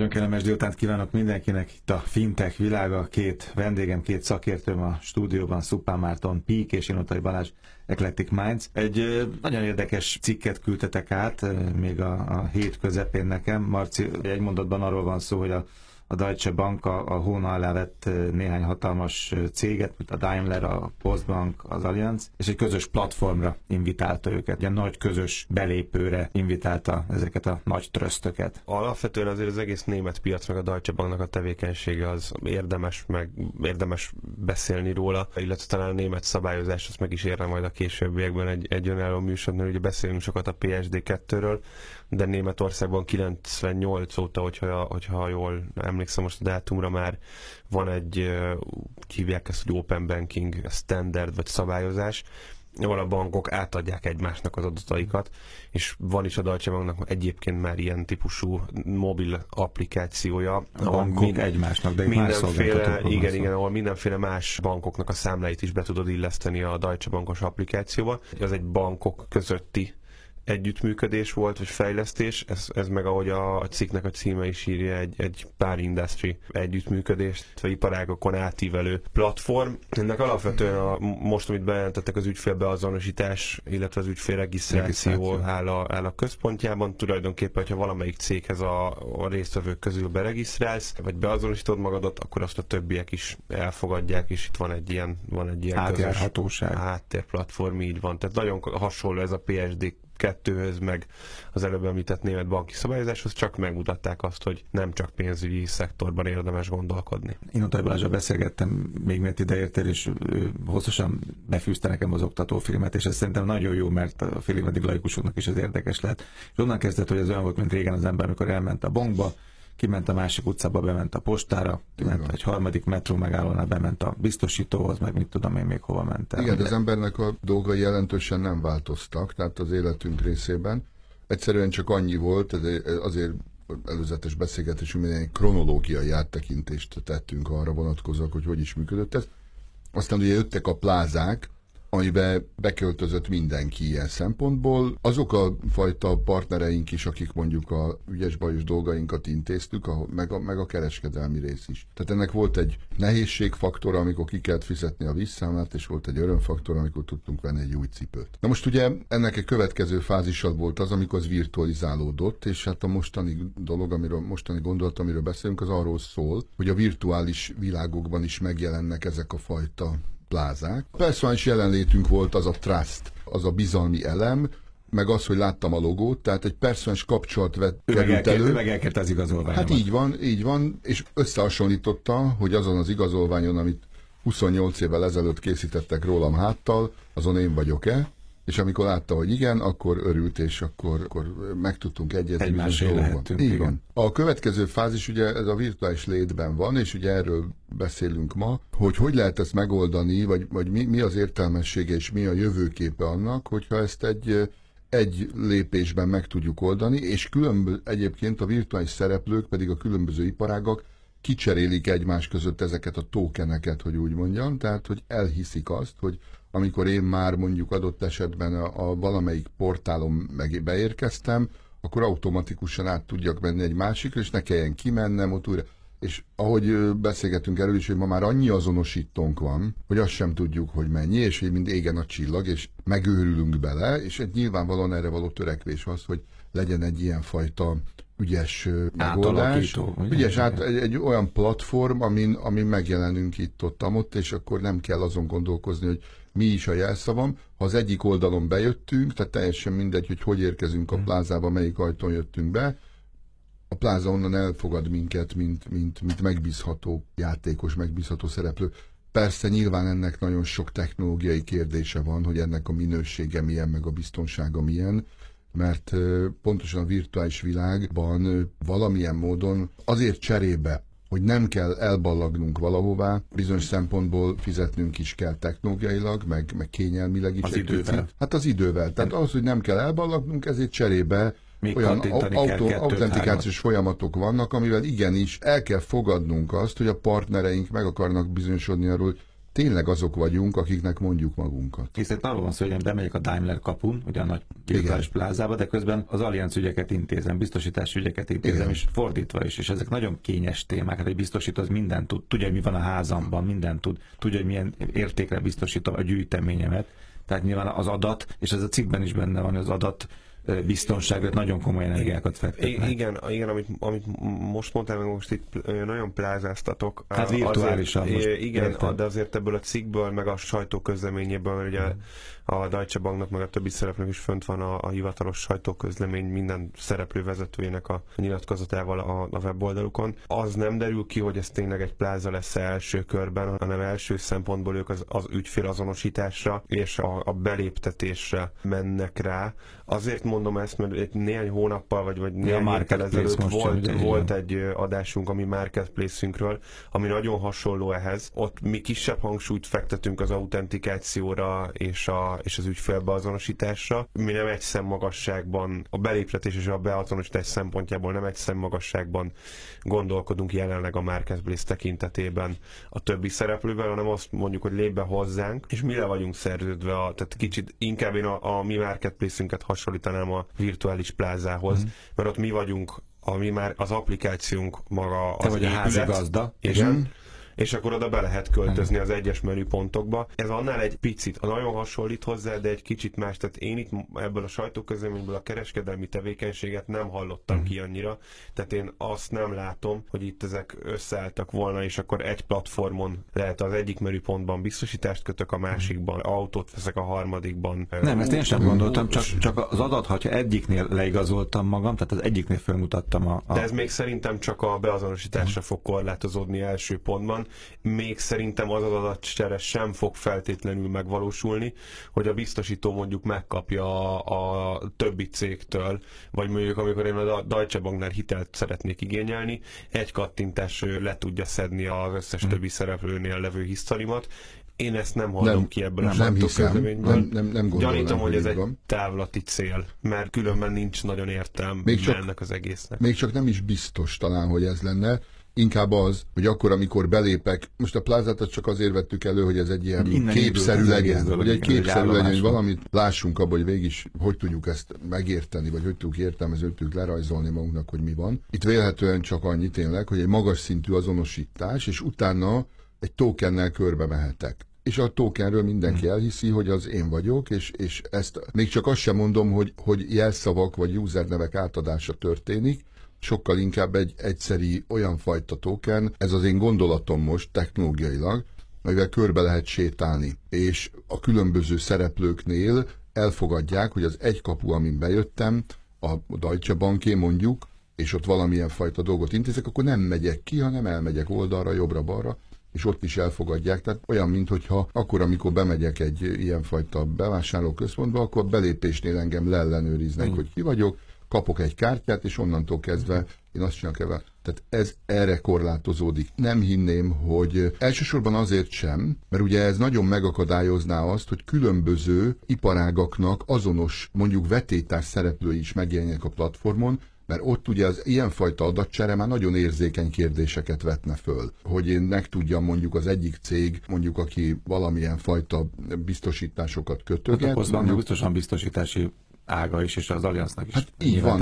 Nagyon kellemes délutánt kívánok mindenkinek. Itt a fintech világa, két vendégem, két szakértőm a stúdióban, Szupán Márton, Peak és Inotai Balázs, Eclectic Minds. Egy nagyon érdekes cikket küldtetek át, még a hét közepén nekem. Marci, egy mondatban arról van szó, hogy a Deutsche Bank a hóna alá vett néhány hatalmas céget, mint a Daimler, a Postbank, az Allianz, és egy közös platformra invitálta őket. Egy nagy közös belépőre invitálta ezeket a nagy trösztöket. Alapvetően azért az egész német piac, meg a Deutsche Banknak a tevékenysége az érdemes beszélni róla, illetve talán a német szabályozás azt meg is érne majd a későbbiekben egy önálló műsorban, ugye beszélünk sokat a PSD2-ről, de Németországban 98 óta, hogyha jól emlékszem most a dátumra, már van egy, hívják ezt, hogy Open Banking standard vagy szabályozás, ahol a bankok átadják egymásnak az adataikat, és van is a Deutsche Banknak egyébként már ilyen típusú mobil applikációja. A bankok egymásnak, de más szolgáltatókról. Igen, ahol mindenféle más bankoknak a számláit is be tudod illeszteni a Deutsche Bankos applikációba. Az egy bankok közötti együttműködés volt, vagy fejlesztés, ez meg ahogy a cikknek a címe is írja, egy pár industry együttműködés, vagy iparágokon átívelő platform. Ennek alapvetően most, amit bejelentettek, az ügyfélbeazonosítás, illetve az ügyfélregisztráció áll a központjában. Tulajdonképpen, hogyha valamelyik céghez a résztvevők közül beregisztrálsz, vagy beazonosítod magadat, akkor azt a többiek is elfogadják, és itt van egy ilyen átjárhatóság. Közös háttérplatform, így van. Tehát nagyon hasonló ez a PSD2-höz, meg az előbb említett német banki szabályozáshoz, csak megmutatták azt, hogy nem csak pénzügyi szektorban érdemes gondolkodni. Inotai Balázsral beszélgettem még miért ideértél, és hosszasan befűzte nekem az oktatófilmet, és ez szerintem nagyon jó, mert a félig meddig laikusoknak is ez érdekes lehet. És onnan kezdett, hogy ez olyan volt, mint régen az ember, amikor elment a bankba, kiment a másik utcába, bement a postára, kiment egy harmadik metró megállónál, bement a biztosítóhoz, meg mit tudom én még hova ment el. Igen, de az embernek a dolgai jelentősen nem változtak, tehát az életünk részében. Egyszerűen csak annyi volt, azért előzetes beszélgetésünk, minden kronológiai áttekintést tettünk arra vonatkozóak, hogy is működött ez. Aztán ugye jöttek a plázák, amiben beköltözött mindenki ilyen szempontból. Azok a fajta partnereink is, akik mondjuk a ügyes-bajos dolgainkat intéztük, meg a kereskedelmi rész is. Tehát ennek volt egy nehézségfaktor, amikor ki kellett fizetni a visszaszámlát, és volt egy örömfaktor, amikor tudtunk venni egy új cipőt. Na most ugye ennek egy következő fázisa volt az, amikor az virtualizálódott, és hát a mostani dolog, mostani gondolat, amiről beszélünk, az arról szól, hogy a virtuális világokban is megjelennek ezek a fajta plázák. Persze jelenlétünk volt az a trust, az a bizalmi elem, meg az, hogy láttam a logót, tehát egy personális kapcsolat került elő. Ő megekért az igazolványomat. Hát így van, és összehasonlította, hogy azon az igazolványon, amit 28 évvel ezelőtt készítettek rólam háttal, azon én vagyok-e, és amikor látta, hogy igen, akkor örült, és akkor meg tudtunk egyezni. Egymásra lehettünk. Igen. A következő fázis ugye ez a virtuális létben van, és ugye erről beszélünk ma, hogy lehet ezt megoldani, vagy mi az értelmessége, és mi a jövőképe annak, hogyha ezt egy lépésben meg tudjuk oldani, és egyébként a virtuális szereplők, pedig a különböző iparágak kicserélik egymás között ezeket a tokeneket, hogy úgy mondjam, tehát hogy elhiszik azt, hogy amikor én már mondjuk adott esetben a valamelyik portálon beérkeztem, akkor automatikusan át tudjak menni egy másikra, és ne kelljen kimennem ott újra. És ahogy beszélgetünk erről is, hogy ma már annyi azonosítónk van, hogy azt sem tudjuk, hogy mennyi, és hogy mind égen a csillag, és megőrülünk bele, és nyilvánvalóan erre való törekvés az, hogy legyen egy ilyenfajta ügyes megoldás. Ügyes, egy olyan platform, amin megjelenünk itt-ott, és akkor nem kell azon gondolkozni, hogy mi is a jelszavam. Ha az egyik oldalon bejöttünk, tehát teljesen mindegy, hogy érkezünk a plázába, melyik ajtón jöttünk be, a pláza onnan elfogad minket, mint megbízható játékos, megbízható szereplő. Persze nyilván ennek nagyon sok technológiai kérdése van, hogy ennek a minősége milyen, meg a biztonsága milyen, mert pontosan a virtuális világban valamilyen módon azért cserébe, hogy nem kell elballagnunk valahová, bizonyos szempontból fizetnünk is kell technológiailag, meg kényelmileg is. Az idővel. Hát az idővel. Tehát ahhoz, hogy nem kell elballagnunk, ezért cserébe még olyan autentikációs folyamatok vannak, amivel igenis el kell fogadnunk azt, hogy a partnereink meg akarnak bizonyosodni arról, hogy tényleg azok vagyunk, akiknek mondjuk magunkat. Hiszen arról van szó, hogy én bemegyek a Daimler kapun, ugye a nagy virtuális plázába, de közben az Allianz ügyeket intézem, biztosítási ügyeket intézem, igen, és fordítva is, és ezek nagyon kényes témák, hát egy biztosító az mindent tud, tudja, hogy mi van a házamban, mindent tud, tudja, hogy milyen értékre biztosítom a gyűjteményemet, tehát nyilván az adat, és ez a cikkben is benne van, az adat biztonságra nagyon komoly energiákat fektetnek. Igen, amit most mondtál, meg most itt nagyon plázáztatok. Hát virtuálisan most. Igen, értem. de azért ebből a cikkből, meg a sajtóközleményéből, mert ugye a Deutsche Banknak, meg a többi szereplőnek is fönt van a hivatalos sajtóközlemény minden szereplő vezetőjének a nyilatkozatával a weboldalukon. Az nem derül ki, hogy ez tényleg egy pláza lesz első körben, hanem első szempontból ők az ügyfélazonosításra és a beléptetésre mennek rá. Azért mondom ezt, mert egy néhány hónappal, vagy néhány héttel ezelőtt volt egy adásunk a mi marketplace-ünkről, ami nagyon hasonló ehhez. Ott mi kisebb hangsúlyt fektetünk az autentikációra és az ügyfélbeazonosításra. Mi nem egy szemmagasságban, a beléptetés és a beazonosítás szempontjából nem egy szemmagasságban gondolkodunk jelenleg a marketplace tekintetében a többi szereplővel, hanem azt mondjuk, hogy lép be hozzánk, és mi le vagyunk szerződve, tehát kicsit inkább én a mi marketplace-ünket hasonlítanám a virtuális plázához, mert ott mi vagyunk, már az applikációnk maga az vagy a házigazda. És akkor oda be lehet költözni az egyes menüpontokba. Ez annál egy picit, nagyon hasonlít hozzá, de egy kicsit más. Tehát én itt ebből a sajtóközleményből a kereskedelmi tevékenységet nem hallottam ki annyira. Tehát én azt nem látom, hogy itt ezek összeálltak volna, és akkor egy platformon lehet az egyik menüpontban biztosítást kötök, a másikban autót veszek, a harmadikban. Nem, ezt én sem gondoltam, csak az adat, ha egyiknél leigazoltam magam, tehát az egyiknél felmutattam De ez még szerintem csak a beazonosításra fog korlátozódni első pontban. Még szerintem az adatcsere sem fog feltétlenül megvalósulni, hogy a biztosító mondjuk megkapja a többi cégtől, vagy mondjuk amikor én a Deutsche Banknál hitelt szeretnék igényelni, egy kattintás le tudja szedni az összes többi szereplőnél levő hisztalimat. Én ezt nem hallom ki ebből a sajtóközleményből. Nem gyanítom, hogy ez egy távlati cél, mert különben nincs nagyon értelme ennek az egésznek. Még csak nem is biztos talán, hogy ez lenne. Inkább az, hogy akkor, amikor belépek, most a plázát csak azért vettük elő, hogy ez egy ilyen képszerű legyen, hogy egy képszerű legyen, hogy valamit lássunk abban, hogy végig is, hogy tudjuk ezt megérteni, vagy hogy tudjuk értelmezni, hogy tudjuk lerajzolni magunknak, hogy mi van. Itt vélhetően csak annyi tényleg, hogy egy magas szintű azonosítás, és utána egy tokennel körbe mehetek. És a tokenről mindenki elhiszi, hogy az én vagyok, és ezt még csak azt sem mondom, hogy jelszavak vagy usernevek átadása történik, sokkal inkább egy egyszeri olyan fajta token, ez az én gondolatom most technológiailag, amivel körbe lehet sétálni, és a különböző szereplőknél elfogadják, hogy az egy kapu, amin bejöttem, a Deutsche Banké mondjuk, és ott valamilyen fajta dolgot intézek, akkor nem megyek ki, hanem elmegyek oldalra, jobbra-balra, és ott is elfogadják. Tehát olyan, mintha akkor, amikor bemegyek egy ilyenfajta bevásárlóközpontba, akkor a belépésnél engem leellenőriznek, hogy ki vagyok, kapok egy kártyát, és onnantól kezdve én azt csinálok el. Tehát ez erre korlátozódik. Nem hinném, hogy elsősorban azért sem, mert ugye ez nagyon megakadályozná azt, hogy különböző iparágaknak azonos, mondjuk vetélytárs szereplői is megjelenjenek a platformon, mert ott ugye az ilyenfajta adatcsere már nagyon érzékeny kérdéseket vetne föl. Hogy én megtudjam mondjuk az egyik cég, mondjuk aki valamilyen fajta biztosításokat kötöget. Hát mondjuk biztosan biztosítási ága is, és az Allianznak is. Hát így van.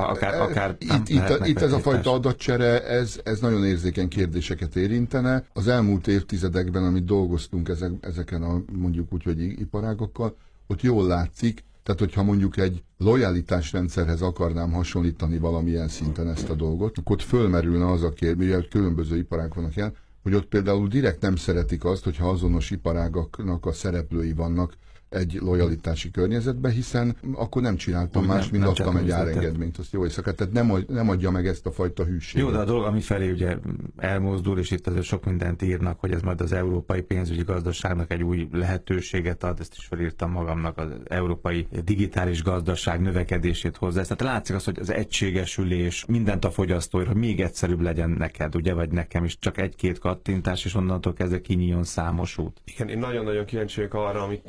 Itt ez a fajta adatcsere, ez nagyon érzékeny kérdéseket érintene. Az elmúlt évtizedekben, amit dolgoztunk ezeken a mondjuk úgy, hogy iparágokkal, ott jól látszik, tehát hogyha mondjuk egy lojalitásrendszerhez akarnám hasonlítani valamilyen szinten ezt a dolgot, akkor ott fölmerülne az a kérdés, mivel különböző iparág vannak jelen, hogy ott például direkt nem szeretik azt, hogyha azonos iparágaknak a szereplői vannak egy lojalitási környezetbe, hiszen akkor nem csináltam más, mint adtam egy árengedményt, azt jó éjszakát, tehát nem adja meg ezt a fajta hűséget. Jó, de a dolog, ami felé ugye elmozdul, és itt azért sok mindent írnak, hogy ez majd az európai pénzügyi gazdaságnak egy új lehetőséget ad, ezt is felírtam magamnak, az európai digitális gazdaság növekedését hozzá. Tehát látszik az, hogy az egységesülés, mindent a fogyasztóért, hogy még egyszerűbb legyen neked, ugye, vagy nekem is, csak egy-két kattintás, és onnantól kezdve kinyíljon számos út. Igen, én nagyon-nagyon kíváncsi vagyok arra, amit pont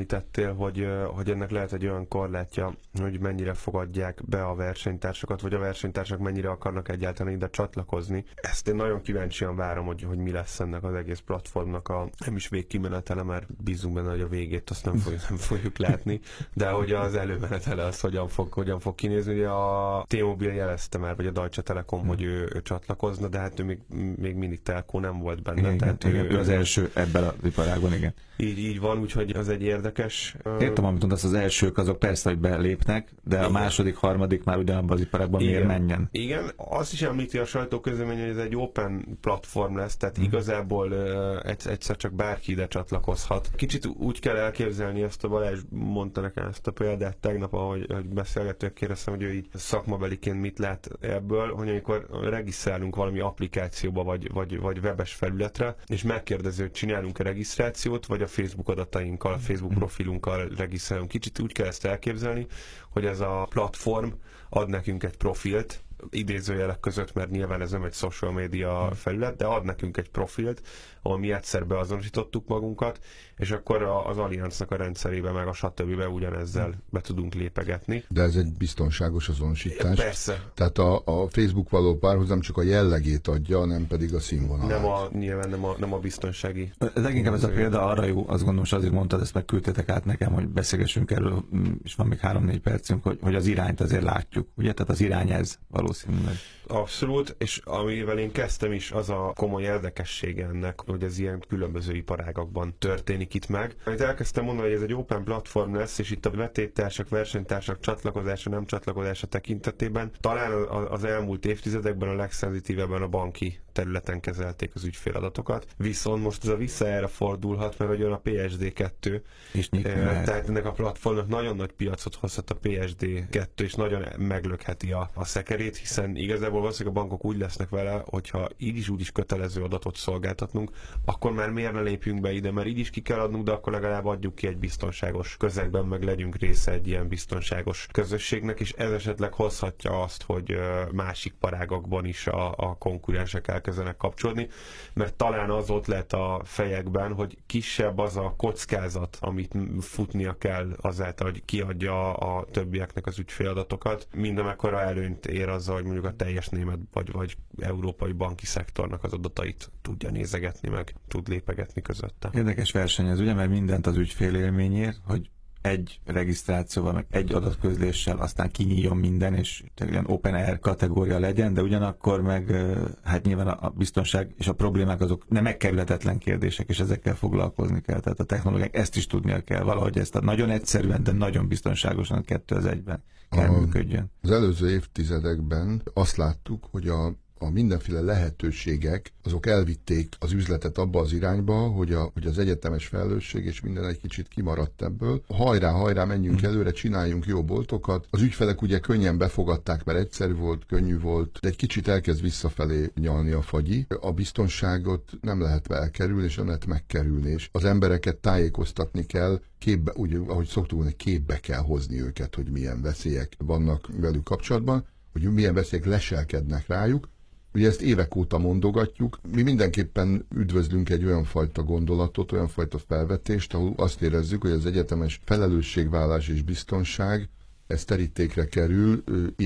említettél, hogy ennek lehet egy olyan korlátja, hogy mennyire fogadják be a versenytársakat, vagy a versenytársak mennyire akarnak egyáltalán ide csatlakozni. Ezt én nagyon kíváncsian várom, hogy mi lesz ennek az egész platformnak a nem is végkimenetele, mert bízunk benne, hogy a végét azt nem fogjuk látni, de hogy az előmenetele az hogyan fog kinézni. Ugye a T-Mobile jelezte már, vagy a Deutsche Telekom, hogy ő csatlakozna, de hát ő még mindig telkó nem volt benne. Igen, tehát ő az első ebben az iparágban, igen. Így van, úgyhogy az egy érdekes... Értem, amit mondasz, az elsők azok persze, hogy belépnek, de igen. A második, harmadik már ugyanabban az iparágban miért menjen? Igen, azt is említi a sajtóközlemény, hogy ez egy open platform lesz, tehát igazából egyszer csak bárki ide csatlakozhat. Kicsit úgy kell elképzelni ezt, a Balázs mondta nekem ezt a példát tegnap, ahogy beszélgetők, kérdeztem, hogy ő így szakmabeliként mit lát ebből, hogy amikor regisztrálunk valami applikációba, vagy webes felületre, és megkérdező, hogy csinálunk-e regisztrációt, vagy a Facebook adatainkkal, a Facebook profilunkkal regisztrálunk. Kicsit úgy kell ezt elképzelni, hogy ez a platform ad nekünk egy profilt, idézőjelek között, mert nyilván ez nem egy social media felület, de ad nekünk egy profilt, ahol mi egyszer beazonosítottuk magunkat, és akkor az Allianznak a rendszerébe, meg a stb. Ugyanezzel be tudunk lépegetni. De ez egy biztonságos azonosítás. Persze. Tehát a Facebook való párhuzam csak a jellegét adja, nem pedig a színvonalát. Nyilván nem a biztonsági. Leginkább ez a példa arra jó, azt gondolom, és azért mondtad, ezt meg küldtetek át nekem, hogy beszélgessünk erről, és van még 3-4 percünk, hogy az irányt azért látjuk. Ugye? Tehát az irány ez valószínűleg. Abszolút, és amivel én kezdtem is, az a komoly érdekessége ennek, hogy ez ilyen különböző iparágakban történik itt meg. Amit elkezdtem mondani, hogy ez egy open platform lesz, és itt a vetélytársak, versenytársak csatlakozása, nem csatlakozása tekintetében talán az elmúlt évtizedekben a legszenzitívebben a banki területen kezelték az ügyféladatokat. Viszont most ez a visszaerre fordulhat, mert hogy a PSD2, és tehát ennek a platformnak nagyon nagy piacot hozhat a PSD2, és nagyon meglökheti a szekerét, hiszen igazából valószínűleg a bankok úgy lesznek vele, hogyha így is úgy is kötelező adatot szolgáltatnunk, akkor már miért ne lépjünk be ide, mert így is ki kell adnunk, de akkor legalább adjuk ki egy biztonságos közegben, meg legyünk része egy ilyen biztonságos közösségnek, és ez esetleg hozhatja azt, hogy másik parágakban is a konkurensek elkezdenek kapcsolódni, mert talán az ott lehet a fejekben, hogy kisebb az a kockázat, amit futnia kell azáltal, hogy kiadja a többieknek az ügyféladatokat, mindamekkora előnyt ér azzal, hogy mondjuk a teljes német vagy európai banki szektornak az adatait tudja nézegetni, meg tud lépegetni közötte. Érdekes verseny ez, ugye, mert mindent az ügyfél élményért, hogy egy regisztrációval, meg egy adatközléssel aztán kinyíljon minden, és ilyen open air kategória legyen, de ugyanakkor meg hát nyilván a biztonság és a problémák azok nem megkerülhetetlen kérdések, és ezekkel foglalkozni kell. Tehát a technológiák ezt is tudnia kell valahogy, ezt nagyon egyszerűen, de nagyon biztonságosan 2001-ben kell működjön. Az előző évtizedekben azt láttuk, hogy a mindenféle lehetőségek, azok elvitték az üzletet abba az irányba, hogy az egyetemes felelősség és minden egy kicsit kimaradt ebből. Hajrá, menjünk előre, csináljunk jó boltokat. Az ügyfelek ugye könnyen befogadták, mert egyszerű volt, könnyű volt, de egy kicsit elkezd visszafelé nyalni a fagyi. A biztonságot nem lehet elkerülni, és nem lehet megkerülni, és az embereket tájékoztatni kell, képbe, úgy, ahogy szoktuk mondani, képbe kell hozni őket, hogy milyen veszélyek vannak velük kapcsolatban, hogy milyen veszélyek leselkednek rájuk. Ugye ezt évek óta mondogatjuk, mi mindenképpen üdvözlünk egy olyan fajta gondolatot, olyan fajta felvetést, ahol azt érezzük, hogy az egyetemes felelősségvállás és biztonság, ez terítékre kerül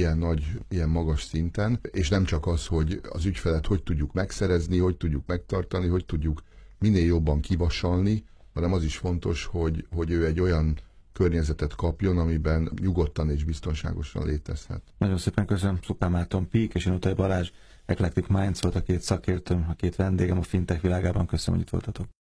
ilyen magas szinten, és nem csak az, hogy az ügyfelet hogy tudjuk megszerezni, hogy tudjuk megtartani, hogy tudjuk minél jobban kivasalni, hanem az is fontos, hogy ő egy olyan környezetet kapjon, amiben nyugodtan és biztonságosan létezhet. Nagyon szépen köszönöm, Szupán Márton Pík és Inutai Balázs, Eclectic Minds volt a két szakértőm, a két vendégem a fintech világában. Köszönöm, hogy itt voltatok.